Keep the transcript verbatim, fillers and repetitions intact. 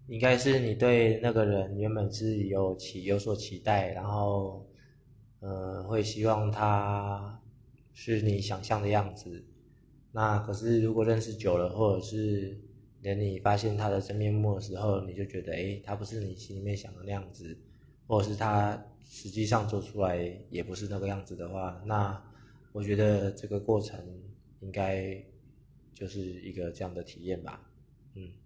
应该是你对那个人原本是有期有所期待，然后，呃，会希望他是你想象的样子。那可是如果认识久了，或者是等你发现他的真面目的时候，你就觉得，诶，他不是你心里面想的那样子，或者是他实际上做出来也不是那个样子的话，那我觉得这个过程应该就是一个这样的体验吧。嗯。